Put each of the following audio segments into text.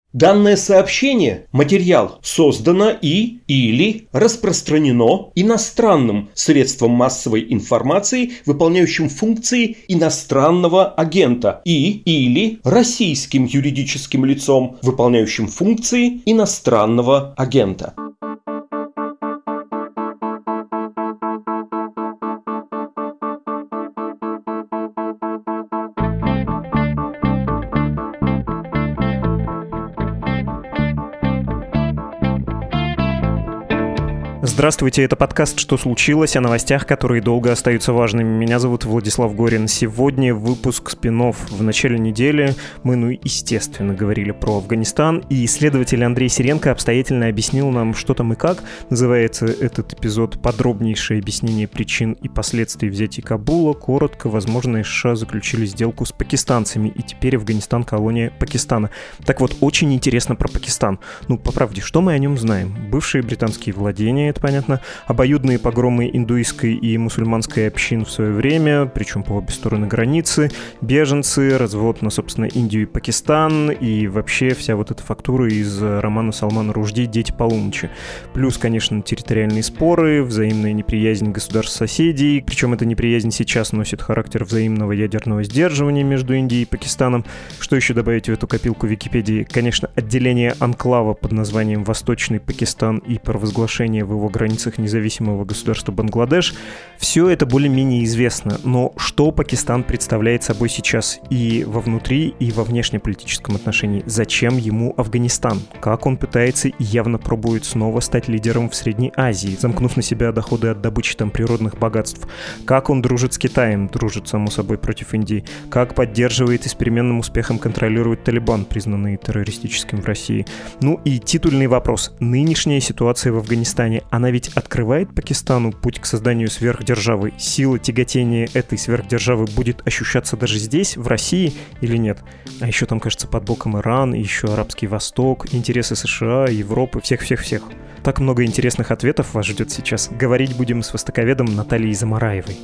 Данное сообщение, материал, создано или распространено иностранным средством массовой информации, выполняющим функции иностранного агента, или российским юридическим лицом, выполняющим функции иностранного агента. Здравствуйте, это подкаст «Что случилось?» о новостях, которые долго остаются важными. Меня зовут Владислав Горин. Сегодня выпуск спин-офф. В начале недели мы, естественно, говорили про Афганистан, и исследователь Андрей Сиренко обстоятельно объяснил нам, что там и как. Называется этот эпизод «Подробнейшее объяснение причин и последствий взятия Кабула». Коротко, возможно, США заключили сделку с пакистанцами, и теперь Афганистан — колония Пакистана. Так вот, очень интересно про Пакистан. По правде, что мы о нем знаем? Бывшие британские владения, это понятно, обоюдные погромы индуистской и мусульманской общин в свое время, причем по обе стороны границы, беженцы, развод на, собственно, Индию и Пакистан, и вообще вся вот эта фактура из романа Салмана Ружди «Дети полуночи». Плюс, конечно, территориальные споры, взаимная неприязнь государств-соседей, причем эта неприязнь сейчас носит характер взаимного ядерного сдерживания между Индией и Пакистаном. Что еще добавить в эту копилку Википедии? Конечно, отделение анклава под названием Восточный Пакистан и провозглашение в его границах независимого государства Бангладеш. Все это более-менее известно, но что Пакистан представляет собой сейчас и во внутри, и во внешнеполитическом отношении? Зачем ему Афганистан? Как он пытается и явно пробует снова стать лидером в Средней Азии, замкнув на себя доходы от добычи там природных богатств? Как он дружит с Китаем, дружит, само собой, против Индии? Как поддерживает и с переменным успехом контролирует Талибан, признанный террористическим в России? И титульный вопрос. Нынешняя ситуация в Афганистане, она ведь открывает Пакистану путь к созданию сверхдержавы. Сила тяготения этой сверхдержавы будет ощущаться даже здесь, в России, или нет? А еще там, кажется, под боком Иран, и еще Арабский Восток, интересы США, Европы, всех-всех-всех. Так много интересных ответов вас ждет сейчас. Говорить будем с востоковедом Натальей Замараевой.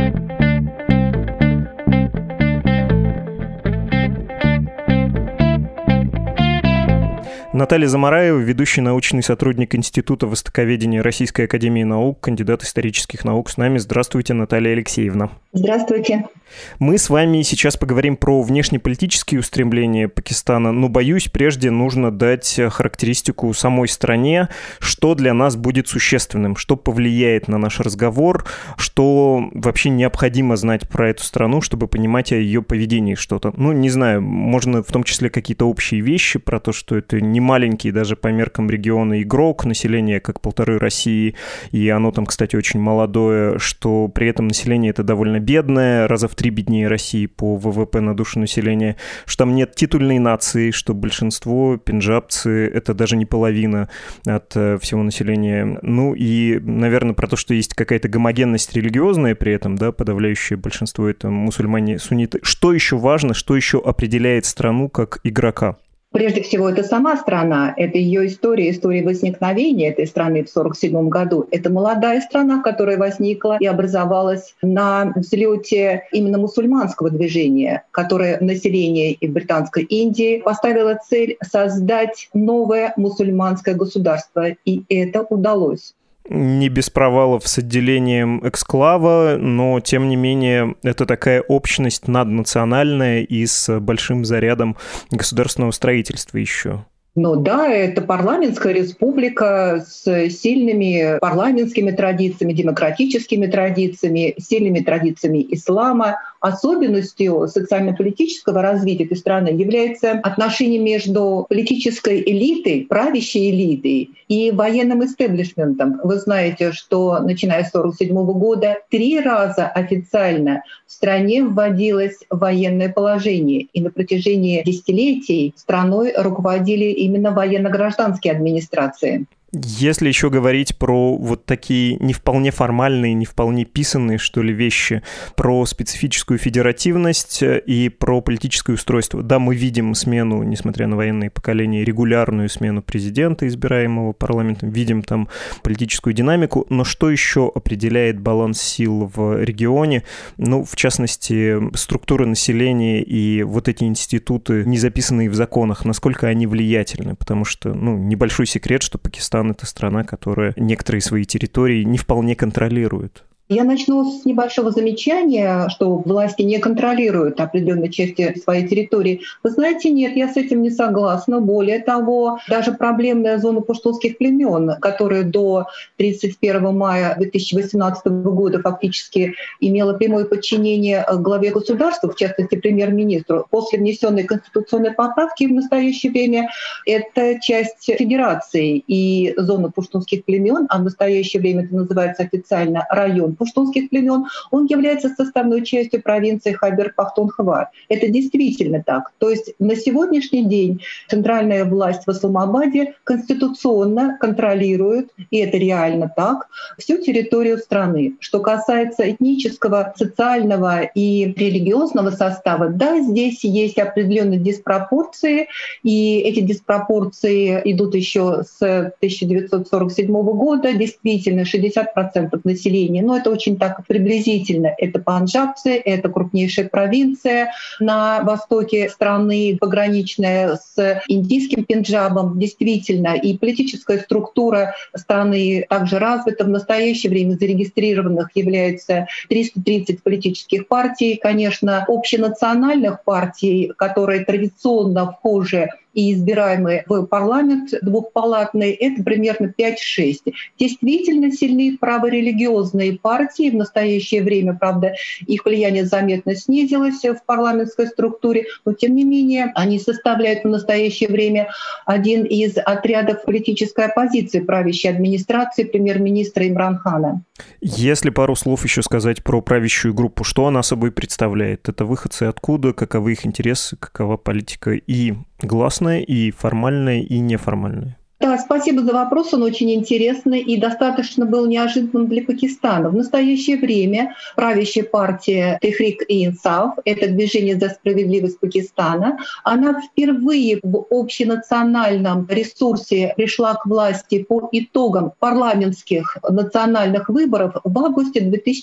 Наталья Замараева, ведущий научный сотрудник Института востоковедения Российской академии наук, кандидат исторических наук, с нами. Здравствуйте, Наталья Алексеевна. Здравствуйте. Мы с вами сейчас поговорим про внешнеполитические устремления Пакистана, но, боюсь, прежде нужно дать характеристику самой стране, что для нас будет существенным, что повлияет на наш разговор, что вообще необходимо знать про эту страну, чтобы понимать о ее поведении что-то. Не знаю, можно в том числе какие-то общие вещи про то, что это не маленький даже по меркам региона игрок, население как 1,5 России, и оно там, кстати, очень молодое, что при этом население это довольно бедное, раза в 3 беднее России по ВВП на душу населения, что там нет титульной нации, что большинство пенджабцы — это даже не половина от всего населения. И, наверное, про то, что есть какая-то гомогенность религиозная при этом, да, подавляющее большинство — это мусульмане, сунниты. Что еще важно, что еще определяет страну как игрока? Прежде всего, это сама страна, это ее история возникновения этой страны в 1947 году. Это молодая страна, которая возникла и образовалась на взлете именно мусульманского движения, которое население Британской Индии поставило цель создать новое мусульманское государство, и это удалось. Не без провалов с отделением эксклава, но, тем не менее, это такая общность наднациональная и с большим зарядом государственного строительства еще. Да, это парламентская республика с сильными парламентскими традициями, демократическими традициями, сильными традициями ислама. Особенностью социально-политического развития этой страны является отношение между политической элитой, правящей элитой и военным истеблишментом. Вы знаете, что начиная с 1947 года 3 раза официально в стране вводилось военное положение, и на протяжении десятилетий страной руководили именно военно-гражданские администрации. Если еще говорить про вот такие не вполне формальные, не вполне писанные, что ли, вещи, про специфическую федеративность и про политическое устройство. Да, мы видим смену, несмотря на военные поколения, регулярную смену президента, избираемого парламентом, видим там политическую динамику, но что еще определяет баланс сил в регионе? Ну, в частности, структура населения и вот эти институты, не записанные в законах, насколько они влиятельны? Потому что, небольшой секрет, что Пакистан — это страна, которая некоторые свои территории не вполне контролирует. Я начну с небольшого замечания, что власти не контролируют определенные части своей территории. Вы знаете, нет, я с этим не согласна. Более того, даже проблемная зона пуштунских племен, которая до 31 мая 2018 года фактически имела прямое подчинение главе государства, в частности премьер-министру, после внесенной конституционной поправки в настоящее время это часть федерации. И зона пуштунских племен, а в настоящее время это называется официально район пуштунских племен, он является составной частью провинции Хайбер-Пахтунхва. Это действительно так. То есть на сегодняшний день центральная власть в Исламабаде конституционно контролирует, и это реально так, всю территорию страны. Что касается этнического, социального и религиозного состава, да, здесь есть определенные диспропорции, и эти диспропорции идут еще с 1947 года. Действительно, 60% населения, но это очень так приблизительно. Это панджабцы, это крупнейшая провинция на востоке страны, пограничная с индийским Пенджабом. Действительно, и политическая структура страны также развита. В настоящее время зарегистрированных является 330 политических партий. Конечно, общенациональных партий, которые традиционно вхожи и избираемые в парламент двухпалатный, это примерно 5-6. Действительно сильны праворелигиозные партии. В настоящее время, правда, их влияние заметно снизилось в парламентской структуре, но тем не менее они составляют в настоящее время один из отрядов политической оппозиции правящей администрации премьер-министра Имран Хана. Если пару слов еще сказать про правящую группу, что она собой представляет? Это выходцы откуда, каковы их интересы, какова политика и гласная, и формальная, и неформальная? Да, спасибо за вопрос, он очень интересный и достаточно был неожиданным для Пакистана. В настоящее время правящая партия Техрик-и-Инсаф, это движение за справедливость Пакистана, она впервые в общенациональном ресурсе пришла к власти по итогам парламентских национальных выборов в августе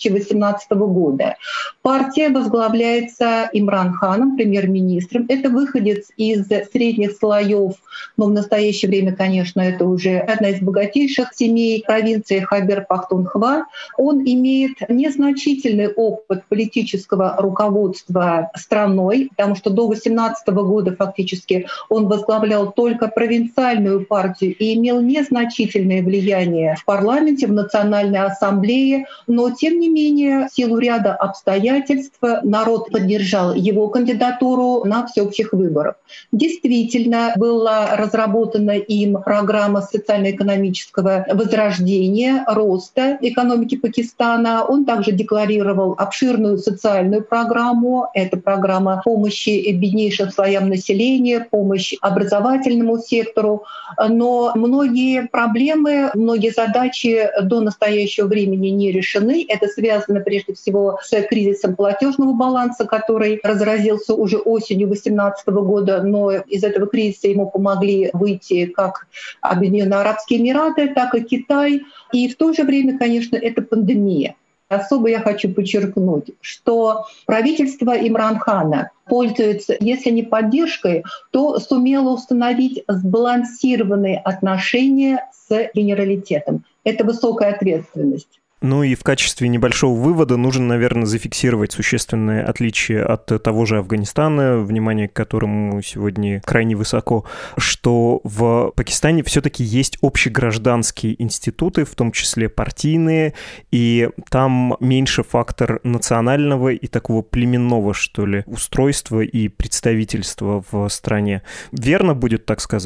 2018 года. Партия возглавляется Имран Ханом, премьер-министром. Это выходец из средних слоев, но в настоящее время, конечно, это уже одна из богатейших семей провинции Хайбер-Пахтунхва. Он имеет незначительный опыт политического руководства страной, потому что до 2018 года фактически он возглавлял только провинциальную партию и имел незначительное влияние в парламенте, в Национальной ассамблее. Но, тем не менее, в силу ряда обстоятельств народ поддержал его кандидатуру на всеобщих выборах. Действительно, была разработана им программа социально-экономического возрождения, роста экономики Пакистана. Он также декларировал обширную социальную программу. Это программа помощи беднейшим слоям населения, помощь образовательному сектору. Но многие проблемы, многие задачи до настоящего времени не решены. Это связано прежде всего с кризисом платежного баланса, который разразился уже осенью 2018 года, но из этого кризиса ему помогли выйти как Объединенные Арабские Эмираты, так и Китай. И в то же время, конечно, это пандемия. Особо я хочу подчеркнуть, что правительство Имран Хана пользуется, если не поддержкой, то сумело установить сбалансированные отношения с генералитетом. Это высокая ответственность. Ну и в качестве небольшого вывода нужно, наверное, зафиксировать существенное отличие от того же Афганистана, внимание к которому сегодня крайне высоко, что в Пакистане все-таки есть общегражданские институты, в том числе партийные, и там меньше фактор национального и такого племенного, что ли, устройства и представительства в стране. Верно будет так сказать?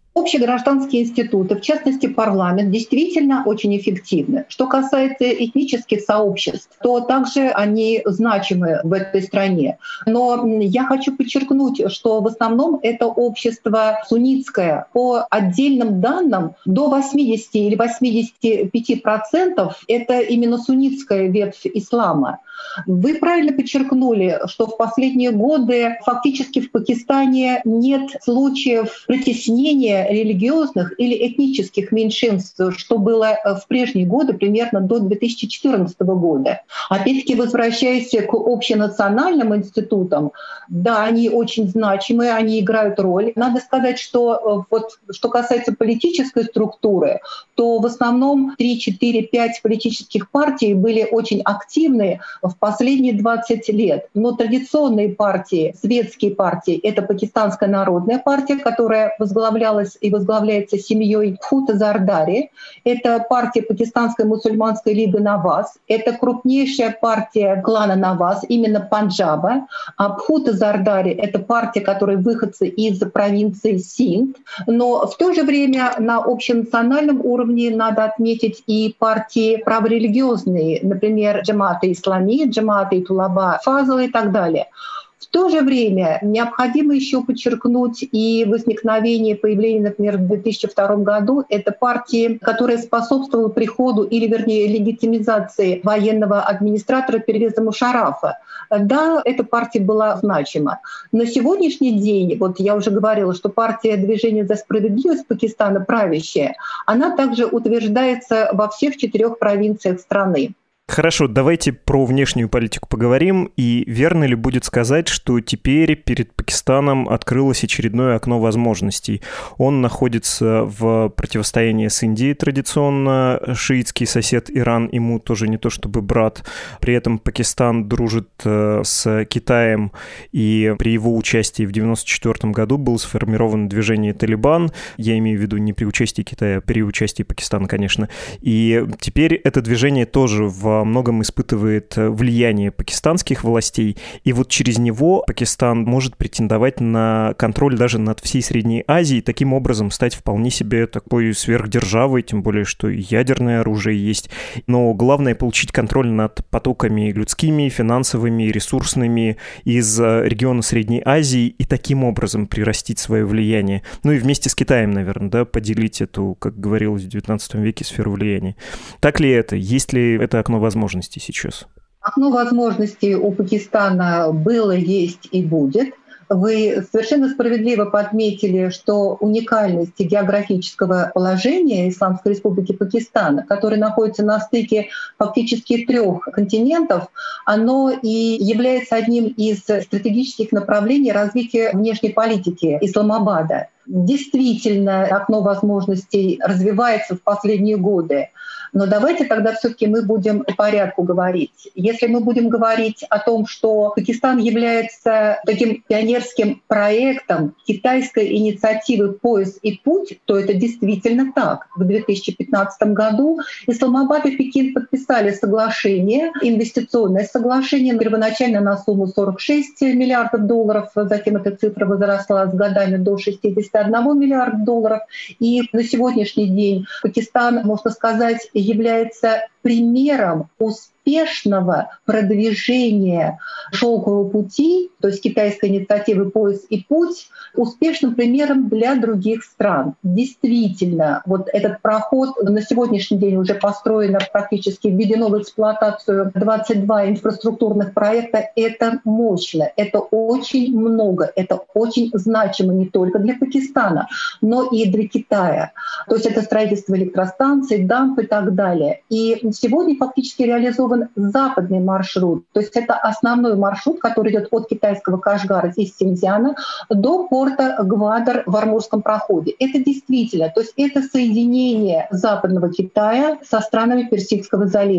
Общегражданские институты, в частности парламент, действительно очень эффективны. Что касается этнических сообществ, то также они значимы в этой стране. Но я хочу подчеркнуть, что в основном это общество суннитское. По отдельным данным, до 80 или 85% это именно суннитская ветвь ислама. Вы правильно подчеркнули, что в последние годы фактически в Пакистане нет случаев притеснения религиозных или этнических меньшинств, что было в прежние годы, примерно до 2014 года. Опять-таки, возвращаясь к общенациональным институтам, да, они очень значимые, они играют роль. Надо сказать, что что касается политической структуры, то в основном 3, 4, 5 политических партий были очень активны в последние 20 лет. Но традиционные партии, светские партии, это Пакистанская народная партия, которая возглавлялась и возглавляется семьей Бхутта Зардари. Это партия Пакистанская мусульманская лига Наваз. Это крупнейшая партия клана Наваз, именно Панджаба. А Бхутта Зардари — это партия, которая выходцы из провинции Синд. Но в то же время на общенациональном уровне надо отметить и партии праворелигиозные, например, Джамат-и Ислами, Джамат-и Тулаба Фазл и так далее. В то же время необходимо еще подчеркнуть и возникновение, появление, например, в 2002 году, это партии, которая способствовала приходу или, вернее, легитимизации военного администратора Первеза Мушаррафа. Да, эта партия была значима. На сегодняшний день, вот я уже говорила, что партия «Движение за справедливость» Пакистана, правящая, она также утверждается во всех 4 провинциях страны. Хорошо, давайте про внешнюю политику поговорим. И верно ли будет сказать, что теперь перед Пакистаном открылось очередное окно возможностей? Он находится в противостоянии с Индией традиционно, шиитский сосед Иран ему тоже не то чтобы брат. При этом Пакистан дружит с Китаем, и при его участии в 1994 году было сформировано движение «Талибан». Я имею в виду не при участии Китая, а при участии Пакистана, конечно. И теперь это движение тоже во многом испытывает влияние пакистанских властей, и вот через него Пакистан может претендовать на контроль даже над всей Средней Азией, таким образом стать вполне себе такой сверхдержавой, тем более, что и ядерное оружие есть. Но главное — получить контроль над потоками людскими, финансовыми, ресурсными из региона Средней Азии и таким образом прирастить свое влияние. Ну и вместе с Китаем, наверное, да, поделить эту, как говорилось в XIX веке, сферу влияния. Так ли это? Есть ли это окно возможностей сейчас? Окно возможностей у Пакистана было, есть и будет. Вы совершенно справедливо подметили, что уникальность географического положения Исламской Республики Пакистан, которая находится на стыке фактически 3 континентов, оно и является одним из стратегических направлений развития внешней политики Исламабада. Действительно, окно возможностей развивается в последние годы. Но давайте тогда все-таки мы будем по порядку говорить. Если мы будем говорить о том, что Пакистан является таким пионерским проектом китайской инициативы «Пояс и путь», то это действительно так. В 2015 году Исламабад и Пекин подписали соглашение, инвестиционное соглашение, первоначально на сумму $46 миллиардов, затем эта цифра возросла с годами до $61 миллиарда. И на сегодняшний день Пакистан, можно сказать, является примером успешного продвижения шелкового пути, то есть китайской инициативы «Пояс и путь», успешным примером для других стран. Действительно, вот этот проход на сегодняшний день уже построено, практически введено в эксплуатацию 22 инфраструктурных проекта. Это мощно, это очень много, это очень значимо не только для Пакистана, но и для Китая. То есть это строительство электростанций, дамб и так далее. И сегодня фактически реализован западный маршрут. То есть это основной маршрут, который идет от китайского Кашгара из Синьцзяна до порта Гвадар в Амурском проходе. Это действительно, то есть это соединение западного Китая со странами Персидского залива.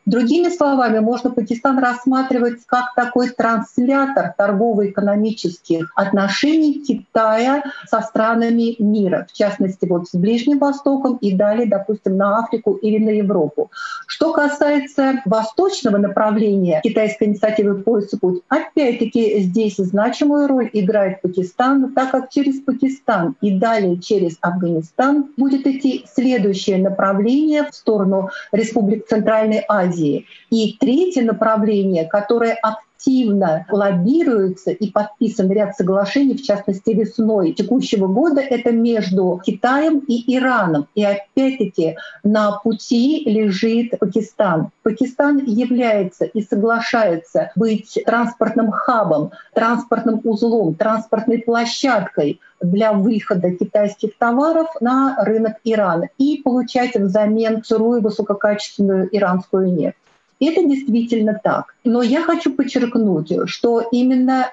Другими словами, можно Пакистан рассматривать как такой транслятор торгово-экономических отношений Китая со странами мира, в частности, вот с Ближним Востоком и далее, допустим, на Африку или на Европу. Что касается восточного направления китайской инициативы «Пояс и путь», опять-таки здесь значимую роль играет Пакистан, так как через Пакистан и далее через Афганистан будет идти следующее направление в сторону республик Центральной Азии. И третье направление, которое активно лоббируется и подписан ряд соглашений, в частности весной текущего года, это между Китаем и Ираном. И опять-таки на пути лежит Пакистан. Пакистан является и соглашается быть транспортным хабом, транспортным узлом, транспортной площадкой для выхода китайских товаров на рынок Ирана и получать взамен сырую высококачественную иранскую нефть. Это действительно так. Но я хочу подчеркнуть, что именно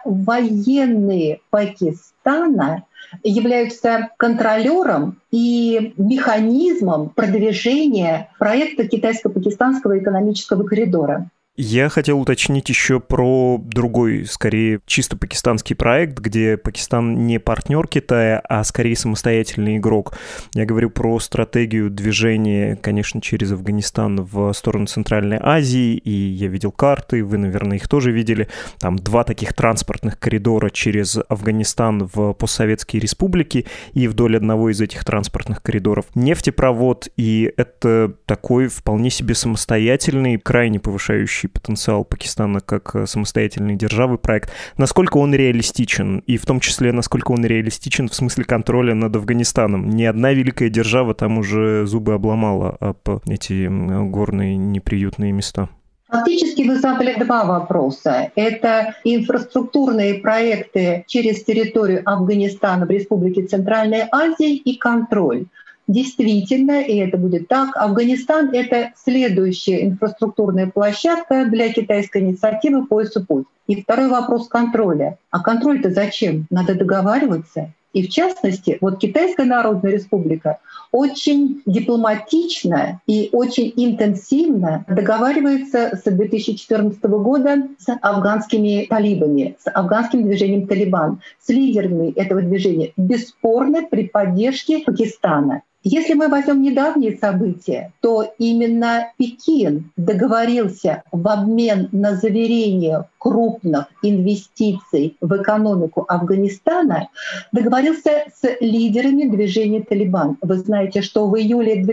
военные Пакистана являются контролером и механизмом продвижения проекта китайско-пакистанского экономического коридора. Я хотел уточнить еще про другой, скорее, чисто пакистанский проект, где Пакистан не партнер Китая, а скорее самостоятельный игрок. Я говорю про стратегию движения, конечно, через Афганистан в сторону Центральной Азии, и я видел карты, вы, наверное, их тоже видели. Там 2 таких транспортных коридора через Афганистан в постсоветские республики, и вдоль одного из этих транспортных коридоров нефтепровод, и это такой вполне себе самостоятельный, крайне повышающий потенциал Пакистана как самостоятельной державы проект. Насколько он реалистичен? И в том числе, насколько он реалистичен в смысле контроля над Афганистаном? Ни одна великая держава там уже зубы обломала об эти горные неприютные места. Фактически вы задали 2 вопроса. Это инфраструктурные проекты через территорию Афганистана в Республике Центральной Азии и контроль. Действительно, и это будет так, Афганистан — это следующая инфраструктурная площадка для китайской инициативы «Пояс и путь». И второй вопрос контроля. А контроль-то зачем? Надо договариваться. И в частности, вот Китайская Народная Республика очень дипломатично и очень интенсивно договаривается с 2014 года с афганскими талибами, с афганским движением «Талибан», с лидерами этого движения, бесспорно при поддержке Пакистана. Если мы возьмем недавние события, то именно Пекин договорился в обмен на заверение крупных инвестиций в экономику Афганистана, договорился с лидерами движения «Талибан». Вы знаете, что в июле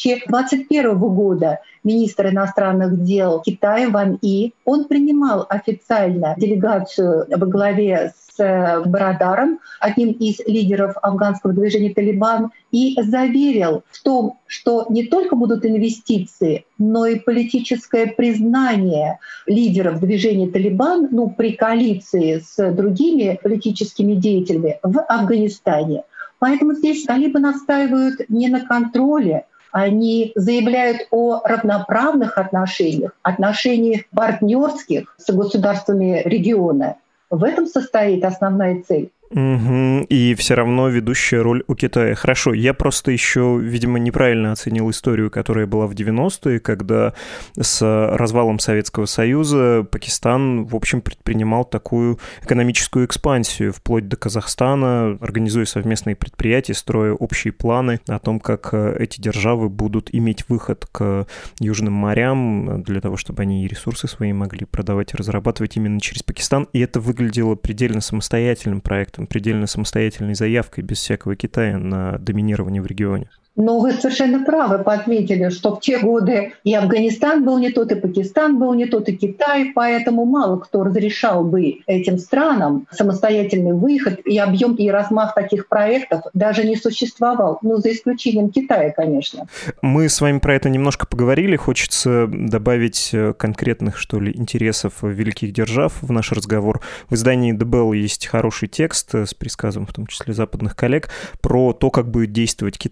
2021 года министр иностранных дел Китая Ван И, он принимал официально делегацию во главе с Барадаром, одним из лидеров афганского движения «Талибан», и заверил в том, что не только будут инвестиции, но и политическое признание лидеров движения «Талибан», при коалиции с другими политическими деятелями в Афганистане. Поэтому здесь талибы настаивают не на контроле, они заявляют о равноправных отношениях, отношениях партнерских с государствами региона. В этом состоит основная цель. И все равно ведущая роль у Китая. Хорошо, я просто еще, видимо, неправильно оценил историю, которая была в 90-е, когда с развалом Советского Союза Пакистан, в общем, предпринимал такую экономическую экспансию вплоть до Казахстана, организуя совместные предприятия, строя общие планы о том, как эти державы будут иметь выход к Южным морям для того, чтобы они и ресурсы свои могли продавать и разрабатывать именно через Пакистан. И это выглядело предельно самостоятельным проектом, предельно самостоятельной заявкой, без всякого Китая на доминирование в регионе. Но вы совершенно правы, подметили, что в те годы и Афганистан был не тот, и Пакистан был не тот, и Китай, поэтому мало кто разрешал бы этим странам самостоятельный выход, и объем и размах таких проектов даже не существовал, за исключением Китая, конечно. Мы с вами про это немножко поговорили, хочется добавить конкретных, интересов великих держав в наш разговор. В издании The Bell есть хороший текст с пересказом, в том числе западных коллег, про то, как будет действовать Китай, называется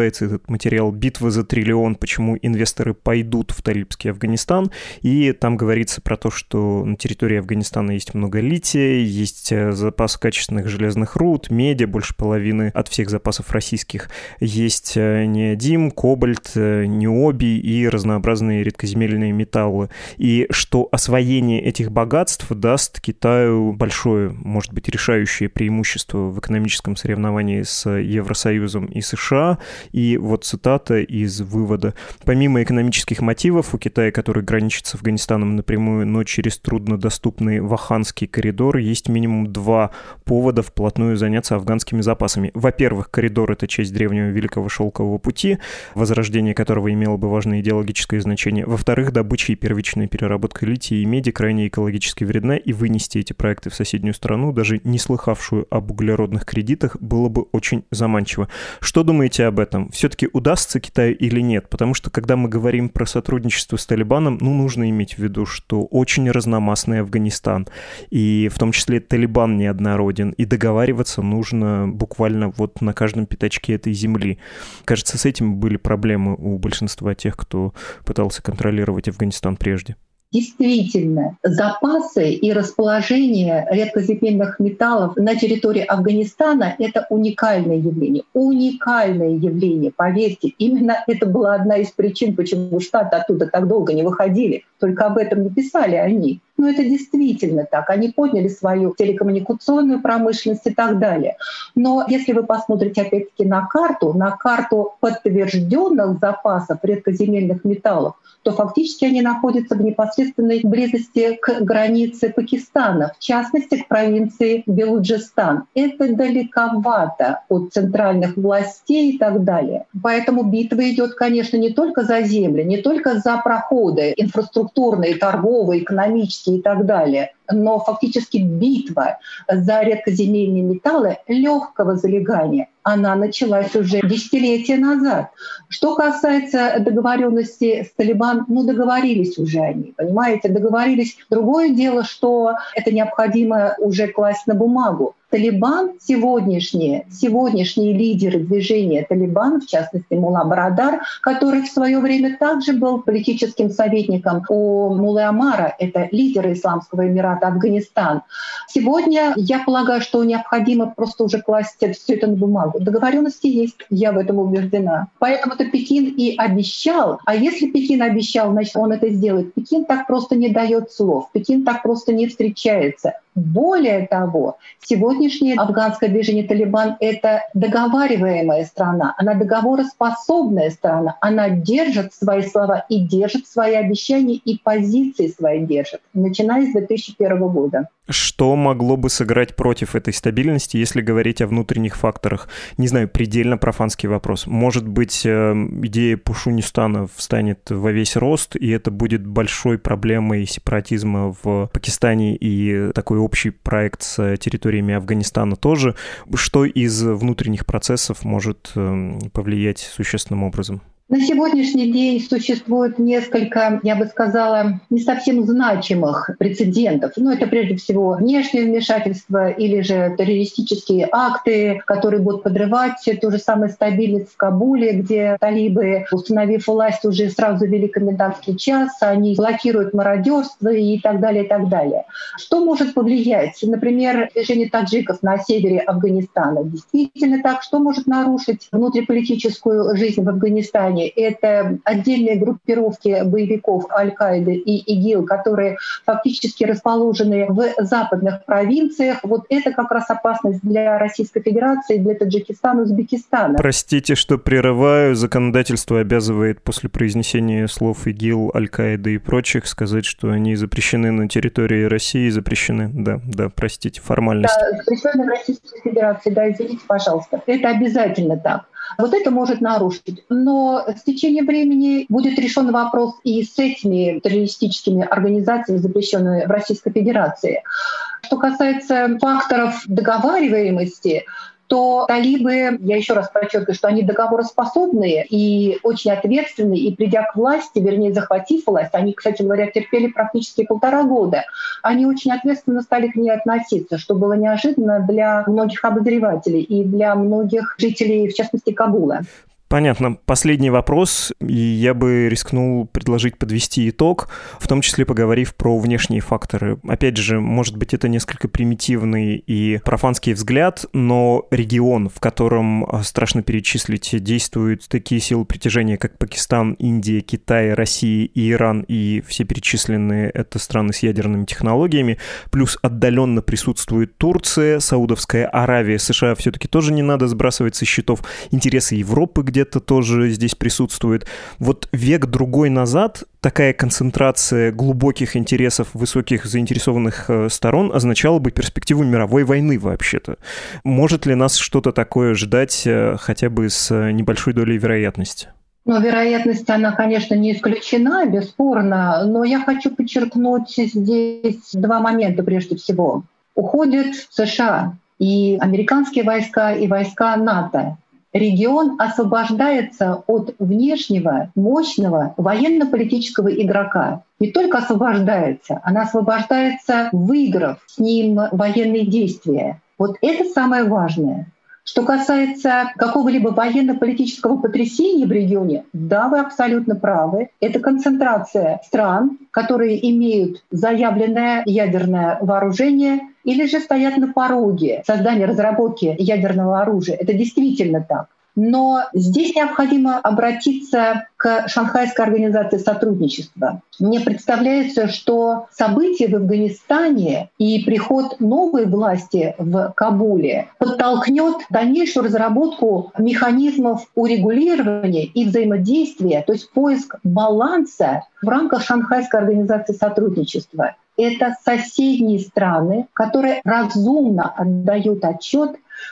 называется этот материал «Битва за триллион. Почему инвесторы пойдут в талибский Афганистан». И там говорится про то, что на территории Афганистана есть много лития, есть запас качественных железных руд, меди, больше половины от всех запасов российских. Есть неодим, кобальт, ниобий и разнообразные редкоземельные металлы. И что освоение этих богатств даст Китаю большое, может быть, решающее преимущество в экономическом соревновании с Евросоюзом и США. И вот цитата из вывода. Помимо экономических мотивов, у Китая, который граничит с Афганистаном напрямую, но через труднодоступный Ваханский коридор, есть минимум 2 повода вплотную заняться афганскими запасами. Во-первых, коридор — это часть древнего Великого Шелкового пути, возрождение которого имело бы важное идеологическое значение. Во-вторых, добыча и первичная переработка лития и меди крайне экологически вредна, и вынести эти проекты в соседнюю страну, даже не слыхавшую об углеродных кредитах, было бы очень заманчиво. Что думаете об этом? Все-таки удастся Китаю или нет? Потому что, когда мы говорим про сотрудничество с Талибаном, нужно иметь в виду, что очень разномастный Афганистан, и в том числе Талибан неоднороден, и договариваться нужно буквально вот на каждом пятачке этой земли. Кажется, с этим были проблемы у большинства тех, кто пытался контролировать Афганистан прежде. Действительно, запасы и расположение редкоземельных металлов на территории Афганистана — это уникальное явление. Уникальное явление, поверьте. Именно это была одна из причин, почему Штаты оттуда так долго не выходили. Только об этом не писали они. Но это действительно так. Они подняли свою телекоммуникационную промышленность и так далее. Но если вы посмотрите опять-таки на карту подтвержденных запасов редкоземельных металлов, то фактически они находятся в непосредственной близости к границе Пакистана, в частности, к провинции Белуджистан. Это далековато от центральных властей и так далее. Поэтому битва идет, конечно, не только за земли, не только за проходы инфраструктурные, торговые, экономические и так далее, но фактически битва за редкоземельные металлы легкого залегания, она началась уже десятилетия назад. Что касается договоренности с Талибаном, договорились уже они, понимаете, договорились. Другое дело, что это необходимо уже класть на бумагу. Талибан, сегодняшние лидеры движения Талибан, в частности Мулла Барадар, который в свое время также был политическим советником у Муллы Омара, это лидеры Исламского Эмирата Афганистан. Сегодня, я полагаю, что необходимо просто уже класть все это на бумагу. Договоренности есть, я в этом убеждена. Поэтому-то Пекин и обещал, а если Пекин обещал, значит, он это сделает. Пекин так просто не дает слов, Пекин так просто не встречается. Более того, сегодняшнее афганское движение Талибан — это договариваемая страна, она договороспособная страна, она держит свои слова и держит свои обещания, и позиции свои держит, начиная с 2001 года. Что могло бы сыграть против этой стабильности, если говорить о внутренних факторах? Не знаю, предельно профанский вопрос. Может быть, идея Пашунистана встанет во весь рост, и это будет большой проблемой сепаратизма в Пакистане и такой общий проект с территориями Афганистана тоже. Что из внутренних процессов может повлиять существенным образом? На сегодняшний день существует несколько, я бы сказала, не совсем значимых прецедентов. Это прежде всего внешнее вмешательство или же террористические акты, которые будут подрывать ту же самую стабильность в Кабуле, где талибы, установив власть, уже сразу ввели комендантский час, они блокируют мародерство и так далее, и так далее. Что может повлиять? Например, движение таджиков на севере Афганистана. Действительно так, что может нарушить внутриполитическую жизнь в Афганистане? Это отдельные группировки боевиков Аль-Каиды и ИГИЛ, которые фактически расположены в западных провинциях. Вот это как раз опасность для Российской Федерации, для Таджикистана, Узбекистана. Простите, что прерываю. Законодательство обязывает после произнесения слов ИГИЛ, Аль-Каиды и прочих сказать, что они запрещены на территории России. Запрещены, да, простите, формальность. Да, запрещены в Российской Федерации, да, извините, пожалуйста. Это обязательно так. Вот это может нарушить. Но с течением времени будет решен вопрос и с этими террористическими организациями, запрещенными в Российской Федерации. Что касается факторов договариваемости, то талибы, я еще раз подчеркиваю, что они договороспособные и очень ответственные, и придя к власти, вернее, захватив власть, они, кстати говоря, терпели практически 1,5 года, они очень ответственно стали к ней относиться, что было неожиданно для многих обозревателей и для многих жителей, в частности, Кабула. Понятно. Последний вопрос, и я бы рискнул предложить подвести итог, в том числе поговорив про внешние факторы. Опять же, может быть, это несколько примитивный и профанский взгляд, но регион, в котором, страшно перечислить, действуют такие силы притяжения, как Пакистан, Индия, Китай, Россия и Иран, и все перечисленные — это страны с ядерными технологиями, плюс отдаленно присутствует Турция, Саудовская Аравия, США все-таки тоже не надо сбрасывать со счетов, интересы Европы где-то тоже здесь присутствует. Вот век-другой назад такая концентрация глубоких интересов высоких заинтересованных сторон означала бы перспективу мировой войны вообще-то. Может ли нас что-то такое ждать хотя бы с небольшой долей вероятности? Но вероятность, она, конечно, не исключена, бесспорно, но я хочу подчеркнуть здесь два момента прежде всего. Уходят США и американские войска, и войска НАТО. Регион освобождается от внешнего, мощного военно-политического игрока. Не только освобождается, она освобождается, выиграв с ним военные действия. Вот это самое важное. Что касается какого-либо военно-политического потрясения в регионе, да, вы абсолютно правы. Это концентрация стран, которые имеют заявленное ядерное вооружение или же стоят на пороге создания, разработки ядерного оружия. Это действительно так. Но здесь необходимо обратиться к Шанхайской организации сотрудничества. Мне представляется, что события в Афганистане и приход новой власти в Кабуле подтолкнет дальнейшую разработку механизмов урегулирования и взаимодействия, то есть поиск баланса в рамках Шанхайской организации сотрудничества. Это соседние страны, которые разумно отдают отчет,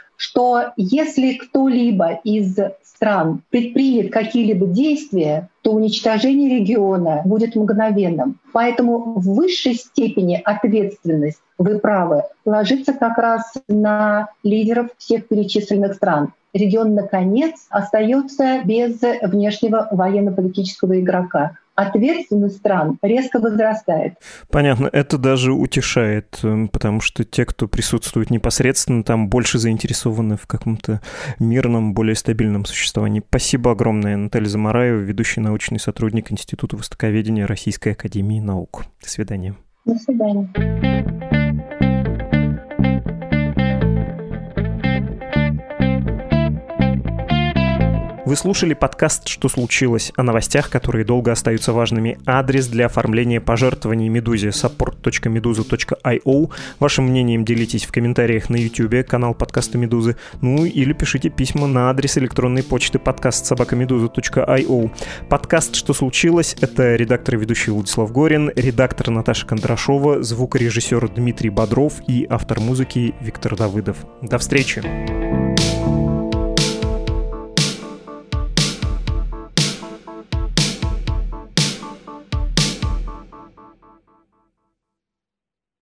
что если кто-либо из стран предпримет какие-либо действия, то уничтожение региона будет мгновенным. Поэтому в высшей степени ответственность, вы правы, ложится как раз на лидеров всех перечисленных стран. Регион, наконец, остается без внешнего военно-политического игрока. Ответственность стран резко возрастает. Понятно, это даже утешает, потому что те, кто присутствует непосредственно там, больше заинтересованы в каком-то мирном, более стабильном существовании. Спасибо огромное, Наталья Замараева, ведущий научный сотрудник Института востоковедения Российской академии наук. До свидания. До свидания. Вы слушали подкаст «Что случилось?» о новостях, которые долго остаются важными. Адрес для оформления пожертвований Медузе — support.meduza.io. Вашим мнением делитесь в комментариях на YouTube, канал подкаста Медузы. Ну или пишите письма на адрес электронной почты podcast@meduza.io. Подкаст «Что случилось?» — это редактор и ведущий Владислав Горин, редактор Наташа Кондрашова, звукорежиссер Дмитрий Бодров и автор музыки Виктор Давыдов. До встречи!